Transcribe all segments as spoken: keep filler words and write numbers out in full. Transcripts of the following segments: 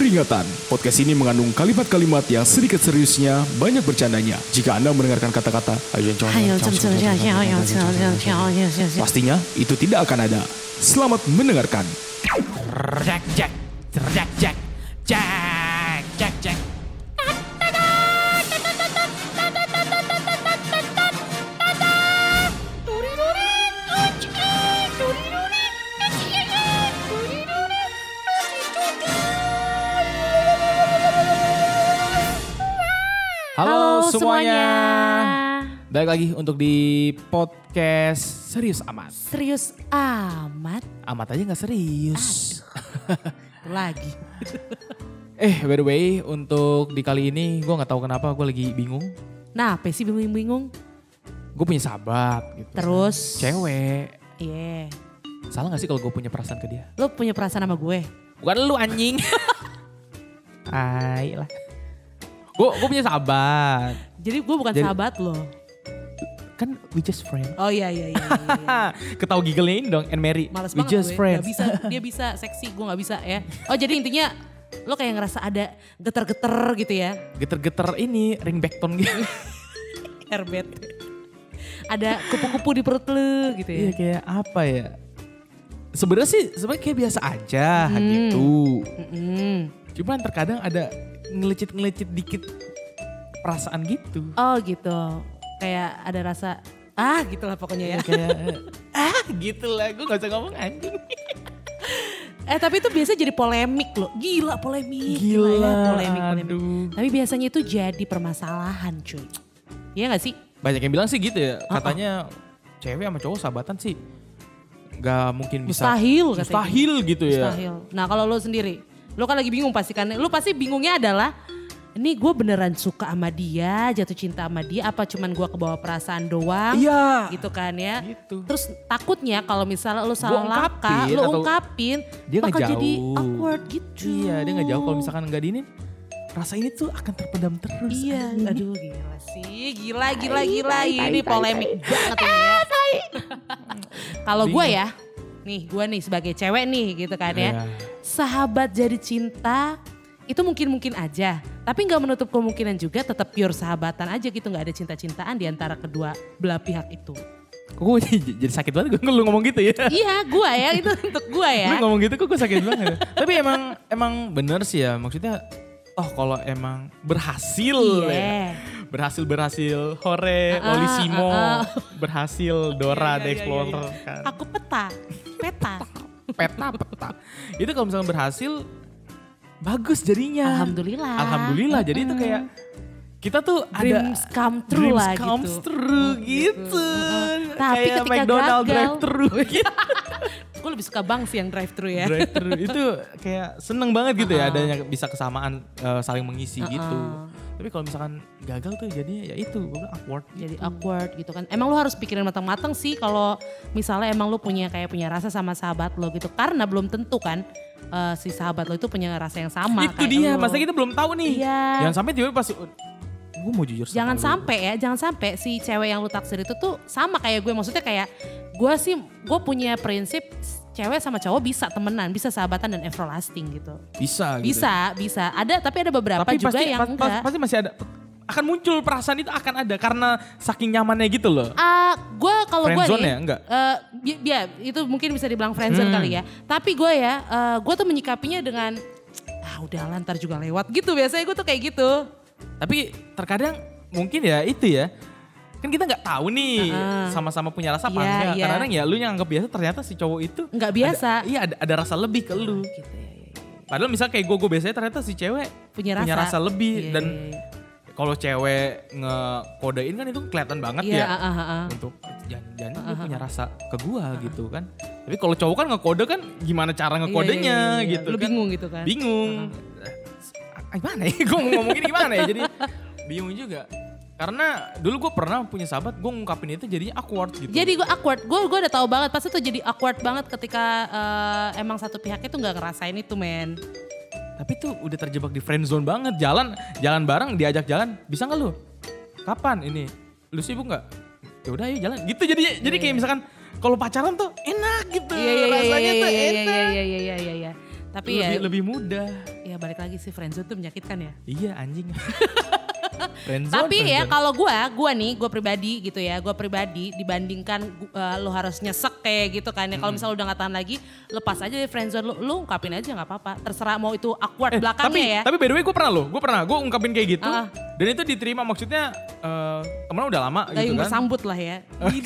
Peringatan, podcast ini mengandung kalimat-kalimat yang sedikit seriusnya, banyak bercandanya. Jika Anda mendengarkan kata-kata pastinya itu tidak akan ada. Selamat mendengarkan. Jack, Jack, Jack, Jack, Jack, Jack, Jack. Halo, Halo semuanya. semuanya. Balik lagi untuk di podcast Serius Amat. Serius amat. Amat aja gak serius. Itu lagi. eh by the way, untuk di kali ini gue gak tahu kenapa gue lagi bingung. Nah, apa sih bingung-bingung? Gue punya sahabat gitu. Terus? Cewek. Iya. Yeah. Salah gak sih kalau gue punya perasaan ke dia? Lo punya perasaan sama gue? Bukan lu anjing. Hai lah. Gue gue punya sahabat. Jadi gue bukan Jadi, sahabat lo. Kan we just friend. Oh iya iya iya. iya, iya. Ketahu giggle ini dong, and Mary. Males we banget just gue. friends. Gak bisa, dia bisa seksi, gue gak bisa ya. Oh jadi intinya lo kayak ngerasa ada geter-geter gitu ya. Geter-geter ini ringback-tone gitu. Airbed. Ada kupu-kupu di perut lo gitu ya. Iya kayak apa ya? Sebenarnya sih sebenarnya kayak biasa aja Hmm. gitu. Mm-mm. Cuman terkadang ada ngelicit-ngelicit dikit perasaan gitu. Oh gitu. Kayak ada rasa ah gitu lah pokoknya ya. Kayak ah gitu lah, gue gak usah ngomong anjing. Eh tapi itu biasa jadi polemik loh. Gila polemik. Gila, ya. Polemik, polemik. aduh. Tapi biasanya itu jadi permasalahan cuy. Iya gak sih? Banyak yang bilang sih gitu ya, Uh-uh. katanya cewek sama cowok sahabatan sih gak mungkin bisa. Mustahil katanya. Mustahil gitu ya. Mustahil. Nah kalau lo sendiri, lo kan lagi bingung pasti kan. Lo pasti bingungnya adalah, ini gue beneran suka sama dia, jatuh cinta sama dia, apa cuman gue kebawa perasaan doang? Iya. Gitu kan ya. Gitu. Terus takutnya kalau misalnya lo salah langkah, ungkapin lo atau ungkapin, dia bakal ngejauh. jadi awkward gitu. Iya, dia gak jauh kalau misalkan gak diinin. Rasa ini tuh akan terpendam terus. Iya, Aduh. aduh gila sih, gila gila gila ini polemik banget ini ya. Kalau gue ya, nih gue nih sebagai cewek nih gitu kan ya, Iya. sahabat jadi cinta itu mungkin-mungkin aja, tapi nggak menutup kemungkinan juga tetap pure sahabatan aja gitu, nggak ada cinta-cintaan di antara kedua belah pihak itu. Kok gue jadi sakit banget gue lu ngomong gitu ya. Iya, gue ya itu untuk gue ya. Lu ngomong gitu kok gue sakit banget. Tapi emang emang bener sih ya, maksudnya oh kalau emang berhasil Iya. ya. Berhasil berhasil Hore, Uh-uh, Olisimo, uh-uh. berhasil Dora Iya, The iya, iya, Explorer iya. kan. Aku peta, peta. Peta peta. Itu kalau misalnya berhasil bagus jadinya. Alhamdulillah. Alhamdulillah. Jadi itu kayak kita tuh Dreams ada come true dreams lah comes gitu. true gitu. Tapi kayak ketika McDonald gagal. drive thru gitu. Gue lebih suka bang sih yang drive thru ya. Drive thru itu kayak seneng banget gitu ya, Uh-uh. adanya bisa kesamaan uh, saling mengisi Uh-uh. gitu. Tapi kalau misalkan gagal tuh jadinya ya itu gue bilang awkward. Jadi gitu. awkward gitu kan. Emang lu harus pikirin matang-matang sih kalau misalnya emang lu punya kayak punya rasa sama sahabat lo gitu. Karena belum tentu kan uh, si sahabat lo itu punya rasa yang sama Itu kayak dia, lo. masa kita belum tahu nih. Iya. Jangan sampai tiba-tiba pas gue mau jujur sama Jangan lu. sampai ya, jangan sampai si cewek yang lu taksir itu tuh sama kayak gue. Maksudnya kayak gue sih, gue punya prinsip cewek sama cowok bisa temenan, bisa sahabatan dan everlasting gitu. Bisa gitu. Bisa, bisa. Ada tapi ada beberapa Tapi juga pasti, yang pas- pas- enggak. pasti masih ada. Akan muncul perasaan itu akan ada karena saking nyamannya gitu loh. Ah, gue kalau gue Friendzone nih, ya? Enggak? eh, bi- ya itu mungkin bisa dibilang friendzone Hmm. kali ya. Tapi gue ya, eh, gue tuh menyikapinya dengan, ah udah lantar juga lewat gitu. Biasanya gue tuh kayak gitu. Tapi terkadang mungkin ya itu ya. Kan kita nggak tahu nih Uh-uh. sama-sama punya rasa apa Iya, enggak. iya. Kadang-kadang ya lu yang anggap biasa ternyata si cowok itu. Nggak biasa. Ada, iya ada, ada rasa lebih ke lu. Gitu ya, ya, ya. Padahal misal kayak gue, gue biasanya ternyata si cewek Punya rasa. punya rasa lebih. Iya, Dan iya, iya. kalau cewek ngekodein kan itu kelihatan banget Iya, ya. ah, ah, ah. Untuk jangan-jangan dia Uh-uh. punya rasa ke gua gitu kan. Tapi kalau cowok kan ngekode kan gimana cara ngekodenya Iya, iya, iya, iya. gitu Lu kan. bingung gitu kan. Bingung. Ah, gimana ya? Gue mau ngomongin gimana ya? Jadi bingung juga. Karena dulu gue pernah punya sahabat, gue ngungkapin itu jadinya awkward gitu. Jadi gue awkward, gue gue udah tahu banget pasti tuh jadi awkward banget ketika eh, emang satu pihaknya tuh nggak ngerasain itu men. Tapi tuh udah terjebak di friend zone banget. Jalan jalan bareng, diajak jalan, bisa nggak lu? Kapan ini? Lu sibuk nggak? Ya udah ayo jalan. Gitu jadi jadi kayak misalkan kalau pacaran tuh enak gitu. Iya iya iya Rasanya iya tuh iya enak. iya iya iya iya iya. Tapi lebih, ya lebih mudah. ya Ya balik lagi sih friendzone tuh menyakitkan ya. Iya anjing. Friendzone, Tapi ya friendzone. kalau gue, gue nih, gue pribadi gitu ya, gue pribadi dibandingkan uh, lu harus nyesek kayak gitu kan ya. Kalau misalnya lu udah gak tahan lagi, lepas aja deh friendzone lu, lu ungkapin aja gak apa-apa. Terserah mau itu awkward Eh, belakangnya tapi, ya. Tapi by the way gue pernah loh, gue pernah, gue ungkapin kayak gitu. Ah. Dan itu diterima maksudnya uh, temen udah lama gitu Gayung kan. bersambut lah ya.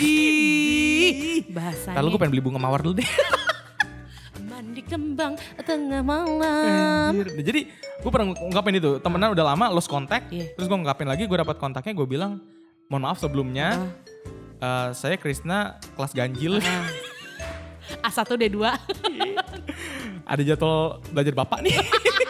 Widih. Bahasanya. Lalu gue pengen beli bunga mawar dulu deh. Mandi kembang tengah malam. Anjir. Nah, jadi gue pernah ungkapin itu, temenan udah lama lost contact, Iya. terus gue ungkapin lagi, gue dapat kontaknya, gue bilang mohon maaf sebelumnya, uh, saya Krisna kelas ganjil, A satu D dua. ada jadwal belajar bapak nih.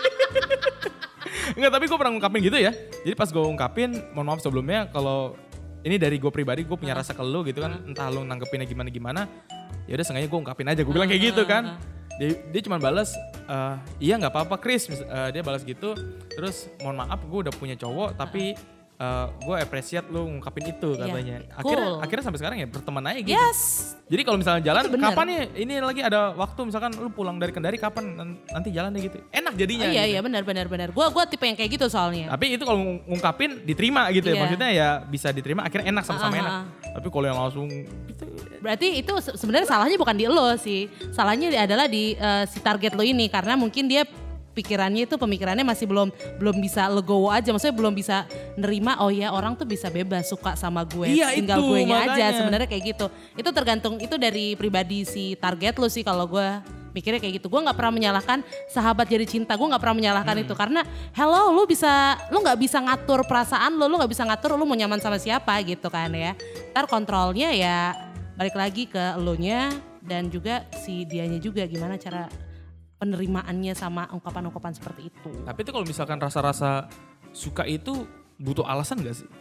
Enggak, tapi gue pernah ungkapin gitu ya. Jadi pas gue ungkapin, mohon maaf sebelumnya kalau ini dari gue pribadi, gue punya rasa ke lu gitu kan, entah lu nanggepinnya gimana-gimana, ya udah sengaja gue ungkapin aja, gue bilang kayak gitu kan. Dia, dia cuma balas, eh, iya nggak apa-apa Chris, Mis- eh, dia balas gitu. Terus mohon maaf gue udah punya cowok, tapi eh, gue appreciate lu ngungkapin itu Iya, katanya. Akhirnya, cool. akhirnya sampai sekarang ya berteman aja gitu. Yes. Jadi kalau misalnya jalan, Itu bener. kapan nih? Ini lagi ada waktu, misalkan lu pulang dari Kendari kapan? Nan- Nanti jalan deh gitu. Enak jadinya. Oh, iya gitu. iya benar benar benar. Gua gua tipe yang kayak gitu soalnya. Tapi itu kalau ng- ngungkapin diterima gitu ya. Iya. Maksudnya ya bisa diterima, akhirnya enak sama-sama Ah, ah, enak. ah. Tapi kalau yang langsung gitu, Berarti itu se- sebenarnya salahnya bukan di lo sih. Salahnya di- adalah di eh, si target lo ini karena mungkin dia pikirannya itu pemikirannya masih belum belum bisa legowo aja. Maksudnya belum bisa nerima oh ya orang tuh bisa bebas suka sama gue. Iya, Tinggal itu, gue nya aja makanya. sebenarnya kayak gitu. Itu tergantung itu dari pribadi si target lo sih kalau gue mikirnya kayak gitu. Gue nggak pernah menyalahkan sahabat jadi cinta. Gue nggak pernah menyalahkan Hmm. itu karena hello lu bisa lu nggak bisa ngatur perasaan lo, lu nggak bisa ngatur lu mau nyaman sama siapa gitu kan ya. Ntar kontrolnya ya balik lagi ke elunya dan juga si dianya juga gimana cara penerimaannya sama ungkapan-ungkapan seperti itu. tapi itu kalau misalkan rasa-rasa suka itu butuh alasan gak sih?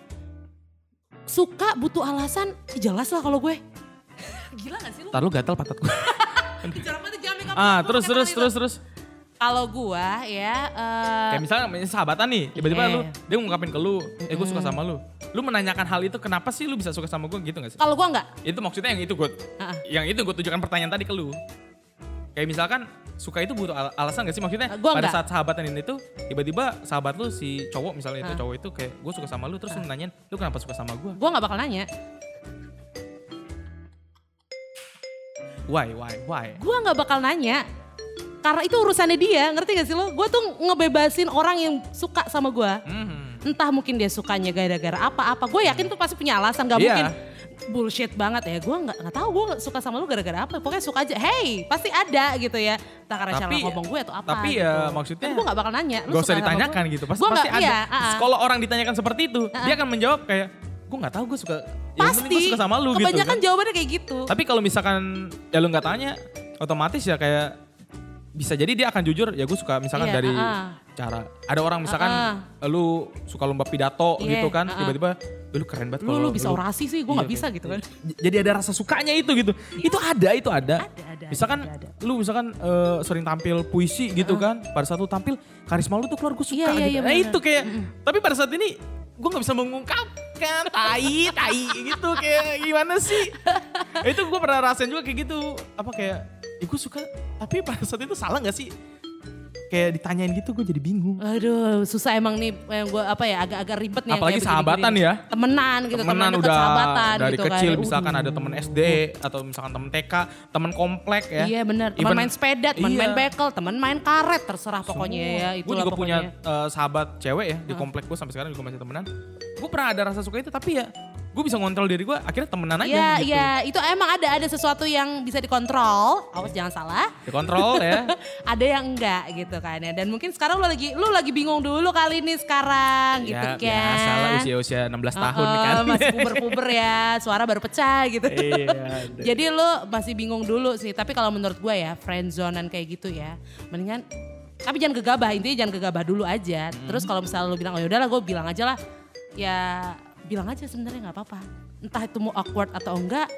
Suka butuh alasan, jelas lah kalau gue. Gila gak sih lu? Ntar lu gatel patat gue. Jorok banget jamnya kamu. ah Gue terus pakai terus tangan terus itu. terus. Kalau gue ya. eh, Kayak misalnya misalnya sahabatan nih, tiba-tiba Iya. lu dia ngungkapin ke lu, eh gue suka sama lu. Lu menanyakan hal itu kenapa sih lu bisa suka sama gue gitu gak sih? Kalau gue enggak. Itu maksudnya yang itu gue, Ah, ah. yang itu gue tujukan pertanyaan tadi ke lu. Kayak misalkan suka itu butuh al- alasan gak sih? Maksudnya Ah, gua pada enggak. saat sahabatan ini tuh tiba-tiba sahabat lu si cowok misalnya itu Ah. cowok itu kayak gue suka sama lu terus lu nanyain lu kenapa suka sama gue? Gue gak bakal nanya. Why why why? Gue gak bakal nanya. Karena itu urusannya dia, ngerti gak sih lo? Gue tuh ngebebasin orang yang suka sama gue. Mhm. Entah mungkin dia sukanya gara-gara apa-apa. Gue yakin tuh pasti punya alasan, gak Iya. mungkin bullshit banget ya. Gue gak, gak tahu gue suka sama lu gara-gara apa. Pokoknya suka aja, hey pasti ada gitu ya. Entah karena cara Tapi- ngomong gue atau apa tapi gitu. ya maksudnya gue gak bakal nanya. Lu Gak usah suka sama ditanyakan gue? gitu, pasti, Gua pasti nggak- ada. iya, ah, ah. Kalau orang ditanyakan seperti itu, dia akan menjawab kayak gue nggak tahu gue suka. Yang penting gue Pasti, suka sama lu gitu kebanyakan kan. jawabannya kayak gitu. Tapi kalau misalkan ya lu nggak tanya, otomatis ya kayak bisa jadi dia akan jujur ya gue suka misalkan Iya, dari ah, ah. cara. Ada orang misalkan Ah, lu suka lomba pidato Iya, gitu kan, ah, ah. tiba-tiba "Eh, lu keren banget Lu, kalau lu bisa orasi sih, gue Iya, gak bisa kayak- gitu kan. J- Jadi ada rasa sukanya itu gitu. Itu ada, itu ada. Ada, ada, Misalkan ada, ada. lu misalkan eh, sering tampil puisi gitu kan, pada saat lu tampil karisma lu tuh keluar gue suka Iya, iya, gitu. iya, Nah bener. itu kayak, tapi pada saat ini gue gak bisa mengungkapkan, tai, tai gitu kayak gimana sih. Itu gue pernah rasain juga kayak gitu, apa kayak, ya gue suka, tapi pada saat itu salah gak sih? Kayak ditanyain gitu gue jadi bingung. Aduh, susah emang nih yang gue apa ya agak-agak ribet nih. yang Apalagi kayak sahabatan begini-gini. ya. Temenan gitu, Temenan temenan deket udah sahabatan dari gitu kecil kan. misalkan Udah. ada temen S D atau misalkan temen T K, temen komplek ya. Iya benar, teman Even- main sepeda, teman iya. main bekel, teman main karet, terserah pokoknya ya. Gue Itulah juga punya pokoknya. eh, sahabat cewek ya di komplek gue sampai sekarang juga masih temenan. Gue pernah ada rasa suka itu tapi ya gue bisa ngontrol diri gue akhirnya temenan aja Iya, gitu. iya, itu emang ada ada sesuatu yang bisa dikontrol. Awas jangan salah. Dikontrol ya. Ada yang enggak gitu kan ya. Dan mungkin sekarang lu lagi lu lagi bingung dulu kali ini sekarang gitu Ya kan. biasa lah usia-usia enam belas tahun nih kan. Uh-uh, masih puber-puber ya, suara baru pecah gitu. Iya. Jadi lu masih bingung dulu sih, tapi kalau menurut gue ya friendzonean kayak gitu ya, mendingan tapi jangan gegabah, intinya jangan gegabah dulu aja. Hmm. Terus kalau misalnya lu bilang oh yaudahlah gue bilang aja lah, ya bilang aja sebenarnya nggak apa-apa. Entah itu mau awkward atau enggak,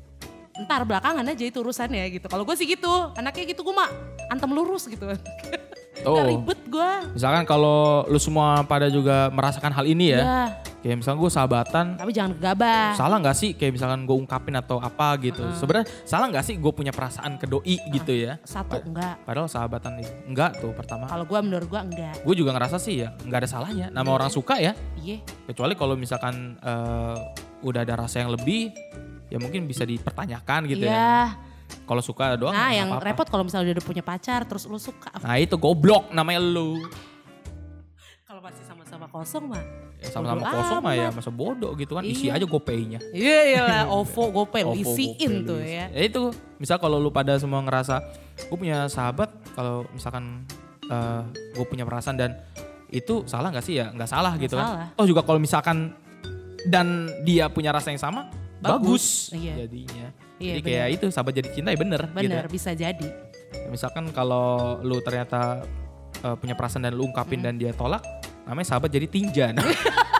ntar belakangan aja itu urusannya gitu. Kalau gue sih gitu, anaknya gitu gue mah antem lurus gitu. Oh. Gak ribet gue. Misalkan kalau lu semua pada juga merasakan hal ini ya. Ya, Kayak misalkan gue sahabatan. Tapi jangan gegabah. Salah gak sih kayak misalkan gue ungkapin atau apa gitu. Uh-uh. Sebenarnya salah gak sih gue punya perasaan ke doi uh, gitu ya. Satu enggak. Padahal sahabatan itu. Enggak tuh pertama. Kalau gue menurut gue enggak. Gue juga ngerasa sih ya gak ada salahnya. Nama orang suka ya. Iya. Kecuali kalau misalkan uh, udah ada rasa yang lebih. Ya mungkin bisa dipertanyakan gitu yeah. ya. Kalau suka doang. Nah yang apa-apa. repot kalau misalnya udah punya pacar terus lu suka. Nah itu goblok namanya lu. Kalau masih sama-sama kosong mah. Ya, sama-sama kosong mah ya masa bodoh gitu kan. Iya. Isi aja GoPay-nya. Iya iyalah OVO GoPay lu isiin tuh ya. Ya itu misal kalau lu pada semua ngerasa gue punya sahabat kalau misalkan uh, gue punya perasaan dan itu salah gak sih ya? Gak salah gak gitu salah. kan. Oh juga kalau misalkan dan dia punya rasa yang sama bagus, bagus iya. jadinya. Iya, jadi kayak itu sahabat jadi cinta ya bener. Bener gitu. bisa jadi. Ya, misalkan kalau lu ternyata uh, punya perasaan dan lu ungkapin hmm. dan dia tolak. Namanya sahabat jadi tinja. Nah.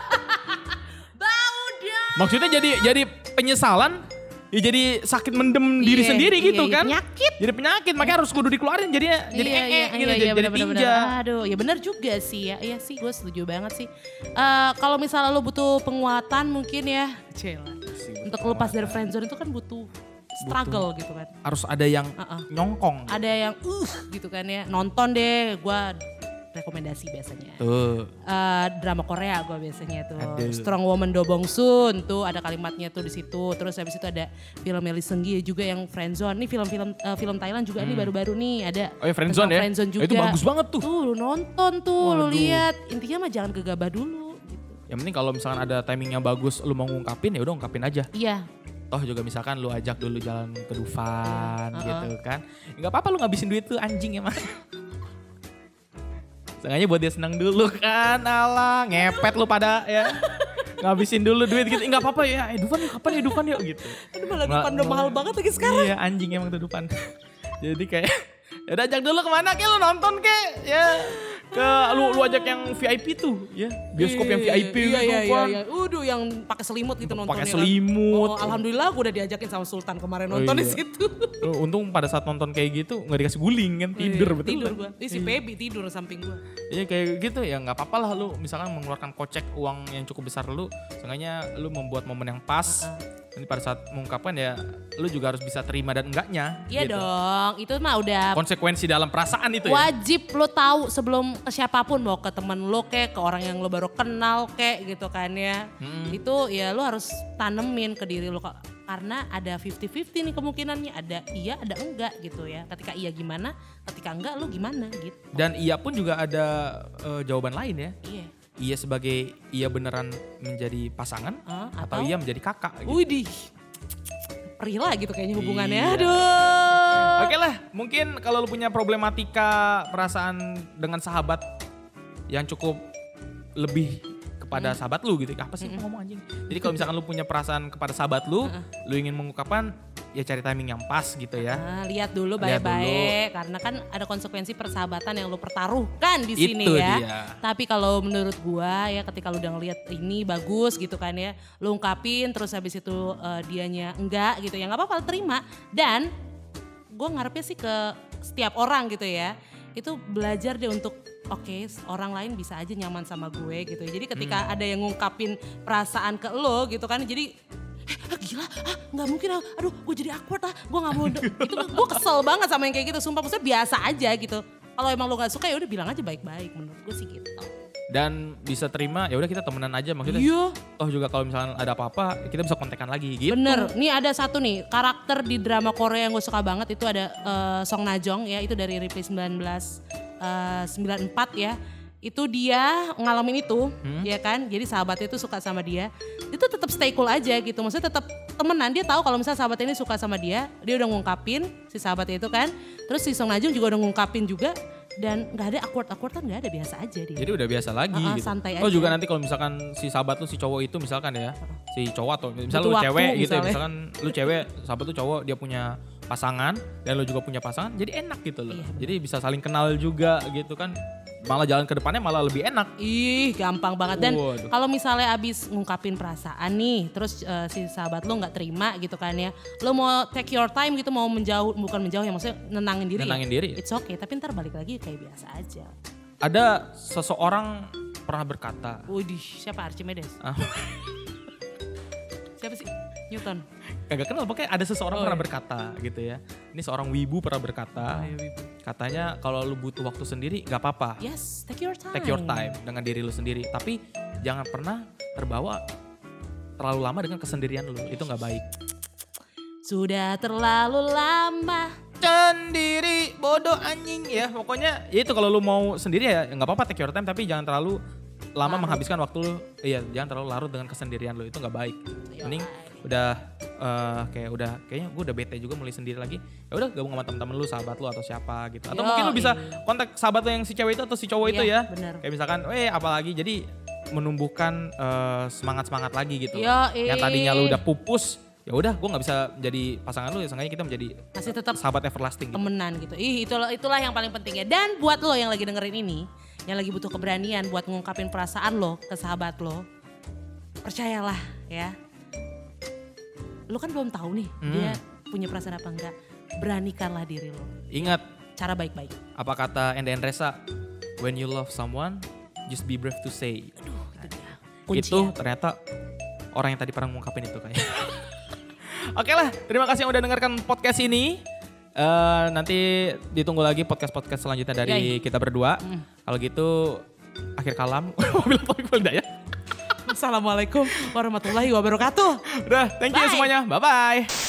Bau dah. Maksudnya jadi jadi penyesalan. Ya jadi sakit mendem iya, diri sendiri iya, gitu iya, kan. Penyakit. Jadi penyakit makanya harus kudu dikeluarin jadinya jadi iya, ee iya, gitu iya, jadi, iya, jadi bener, tinja. Bener. Aduh ya bener juga sih ya. Iya sih gue setuju banget sih. Uh, kalau misalnya lo butuh penguatan mungkin ya. Cela. Untuk lo lepas dari friendzone itu kan butuh struggle butuh. Gitu kan. Harus ada yang uh-uh. nyongkong. Ada yang uh gitu kan ya. Nonton deh gue rekomendasi biasanya. Tuh. Uh, drama Korea gue biasanya tuh. Aduh. Strong Woman Do Bong Soon tuh ada kalimatnya tuh di situ. Terus habis itu ada film Lee Seung Gi juga yang Friendzone. Nih film-film uh, film Thailand juga hmm. nih baru-baru nih ada. Oh ya Friendzone ya? Friendzone juga. Oh, itu bagus banget tuh. Tuh lu nonton tuh, Waduh. lu lihat. Intinya mah jangan gegabah dulu gitu. Yang penting kalau misalkan ada timing yang bagus lu mau ngungkapin ya udah ungkapin aja. Iya. Toh juga misalkan lu ajak dulu jalan ke Dufan uh-uh. gitu kan. Enggak apa-apa lu ngabisin duit tuh anjing emang. Sengaja buat dia senang dulu kan, alah ngepet lu pada ya. Ngabisin dulu duit gitu, enggak apa-apa ya, eh Dufan yuk, kapan ya Dufan yuk gitu. Aduh malah Dufan udah mahal banget lagi sekarang. Iya anjing emang tuh Dufan. Jadi kayak, ya udah ajak dulu kemana kek lu nonton kek, ya. Ke lu lu ajak yang V I P tuh ya, bioskop yang V I P iya, gitu iya, kan. Iya, iya. Udah yang pakai selimut gitu nontonnya. Pakai selimut. Kan. Oh, alhamdulillah gue udah diajakin sama Sultan kemarin nonton oh, iya. di situ. Untung pada saat nonton kayak gitu nggak dikasih guling kan, tidur iya, betul. Tidur gue. Ini si Pebi tidur samping gue. Iya kayak gitu ya nggak apa-apa lah lu misalkan mengeluarkan kocek uang yang cukup besar lu, sengaja lu membuat momen yang pas. Uh-uh. Nanti pada saat mengungkapkan ya lu juga harus bisa terima dan enggaknya. Iya gitu. dong, itu mah udah konsekuensi dalam perasaan itu wajib ya. Wajib lu tahu sebelum ke siapapun, mau ke temen lu kek, ke orang yang lu baru kenal kek gitu kan ya. Hmm. Itu ya lu harus tanemin ke diri lu karena ada fifty fifty nih kemungkinannya, ada iya ada enggak gitu ya. Ketika iya gimana, ketika enggak lu gimana gitu. Dan iya pun juga ada uh, jawaban lain ya. Iya. Iya sebagai iya beneran menjadi pasangan uh, atau, atau iya menjadi kakak gitu. Widih. Perih lah gitu kayaknya hubungannya. Iya. Aduh. Oke lah, mungkin kalau lu punya problematika perasaan dengan sahabat yang cukup lebih kepada hmm. sahabat lu gitu. Apa sih hmm. ngomong anjing? Jadi kalau misalkan lu punya perasaan kepada sahabat lu, uh-uh. lu ingin mengungkapkan ya cari timing yang pas gitu ya. Nah, lihat dulu baik-baik karena kan ada konsekuensi persahabatan yang lu pertaruhkan di sini itu ya. Dia. Tapi kalau menurut gua ya ketika lu udah ngeliat ini bagus gitu kan ya, lu ungkapin terus habis itu uh, dianya enggak gitu ya, nggak apa-apa terima. Dan gua ngarepnya sih ke setiap orang gitu ya, itu belajar deh untuk oke okay, orang lain bisa aja nyaman sama gue gitu. Jadi ketika hmm. ada yang ngungkapin perasaan ke lo gitu kan, jadi eh, gila, ah, gak mungkin, aduh gue jadi awkward ah, gue gak mau, itu gue kesel banget sama yang kayak gitu, sumpah maksudnya biasa aja gitu. Kalau emang lo gak suka ya udah bilang aja baik-baik, menurut gue sih gitu. Dan bisa terima ya udah kita temenan aja maksudnya. Iya. Oh juga kalau misalnya ada apa-apa kita bisa kontekan lagi gitu. Bener, nih ada satu nih karakter di drama Korea yang gue suka banget itu ada uh, Song Na Jong ya, itu dari Replay sembilan belas sembilan puluh empat ya. Itu dia ngalamin itu hmm? ya kan, jadi sahabatnya itu suka sama dia, itu tetap stay cool aja gitu, maksudnya tetap temenan. Dia tahu kalau misalnya sahabatnya ini suka sama dia, dia udah ngungkapin si sahabatnya itu kan, terus si Song Na Jong juga udah ngungkapin juga, dan nggak ada awkward awkward kan, nggak ada, biasa aja dia. Jadi udah biasa lagi uh-uh, gitu. Santai oh aja. Juga nanti kalau misalkan si sahabat lu si cowok itu misalkan ya, si cowok atau misalnya lu cewek gitu ya, misalkan lu cewek sahabat lu cowok dia punya pasangan dan lu juga punya pasangan, jadi enak gitu loh. Iya, jadi bisa saling kenal juga gitu kan. Malah jalan ke depannya malah lebih enak. Ih gampang banget. Dan kalau misalnya abis ngungkapin perasaan nih, terus uh, si sahabat lo gak terima gitu kan ya, lo mau take your time gitu, mau menjauh, bukan menjauh ya, maksudnya nenangin diri nenangin ya, diri. It's okay, tapi ntar balik lagi kayak biasa aja. Ada seseorang pernah berkata. Widih, siapa Archimedes? Ah. Siapa sih? Newton. Kagak kenal, pokoknya ada seseorang Oh, pernah iya. berkata gitu ya. Ini seorang wibu pernah berkata. Oh, iya, Wibu. Katanya kalau lu butuh waktu sendiri gak apa-apa. Yes, take your time. Take your time dengan diri lu sendiri. Tapi jangan pernah terbawa terlalu lama dengan kesendirian lu. Itu gak baik. Sudah terlalu lama. Sendiri bodoh anjing ya. Pokoknya ya itu kalau lu mau sendiri ya gak apa-apa take your time. Tapi jangan terlalu lama Larut. menghabiskan waktu lu. Iya, jangan terlalu larut dengan kesendirian lu. Itu gak baik. Mending udah uh, kayak udah kayaknya gue udah bete juga mulai sendiri lagi. Ya udah gabung sama temen-temen lu, sahabat lu atau siapa gitu. Atau Yo, mungkin lu bisa iya. kontak sahabat lu yang si cewek itu atau si cowok itu Iya, ya. bener. Kayak misalkan, eh apalagi jadi menumbuhkan uh, semangat-semangat lagi gitu. Yo, Yang ih. tadinya lu udah pupus, ya udah gue nggak bisa jadi pasangan lu, ya seenggaknya kita menjadi Masih tetap sahabat everlasting. Gitu. temenan gitu. Ih, itulah itulah yang paling penting ya. Dan buat lo yang lagi dengerin ini, yang lagi butuh keberanian buat ngungkapin perasaan lo ke sahabat lo, percayalah ya. Lo kan belum tahu nih Hmm. dia punya perasaan apa enggak. Beranikanlah diri lo. Ingat Cara baik-baik. apa kata Enda Endresa, when you love someone, just be brave to say. Aduh, itu dia. Itu Kuncinya. ternyata orang yang tadi pernah ngungkapin itu kayaknya. Oke lah, terima kasih yang udah dengarkan podcast ini. Eh, nanti ditunggu lagi podcast-podcast selanjutnya dari Yay. kita berdua. Mm. Kalau gitu akhir kalam. Mobil topik ya. Assalamualaikum warahmatullahi wabarakatuh. Udah, thank you Bye. semuanya. Bye-bye.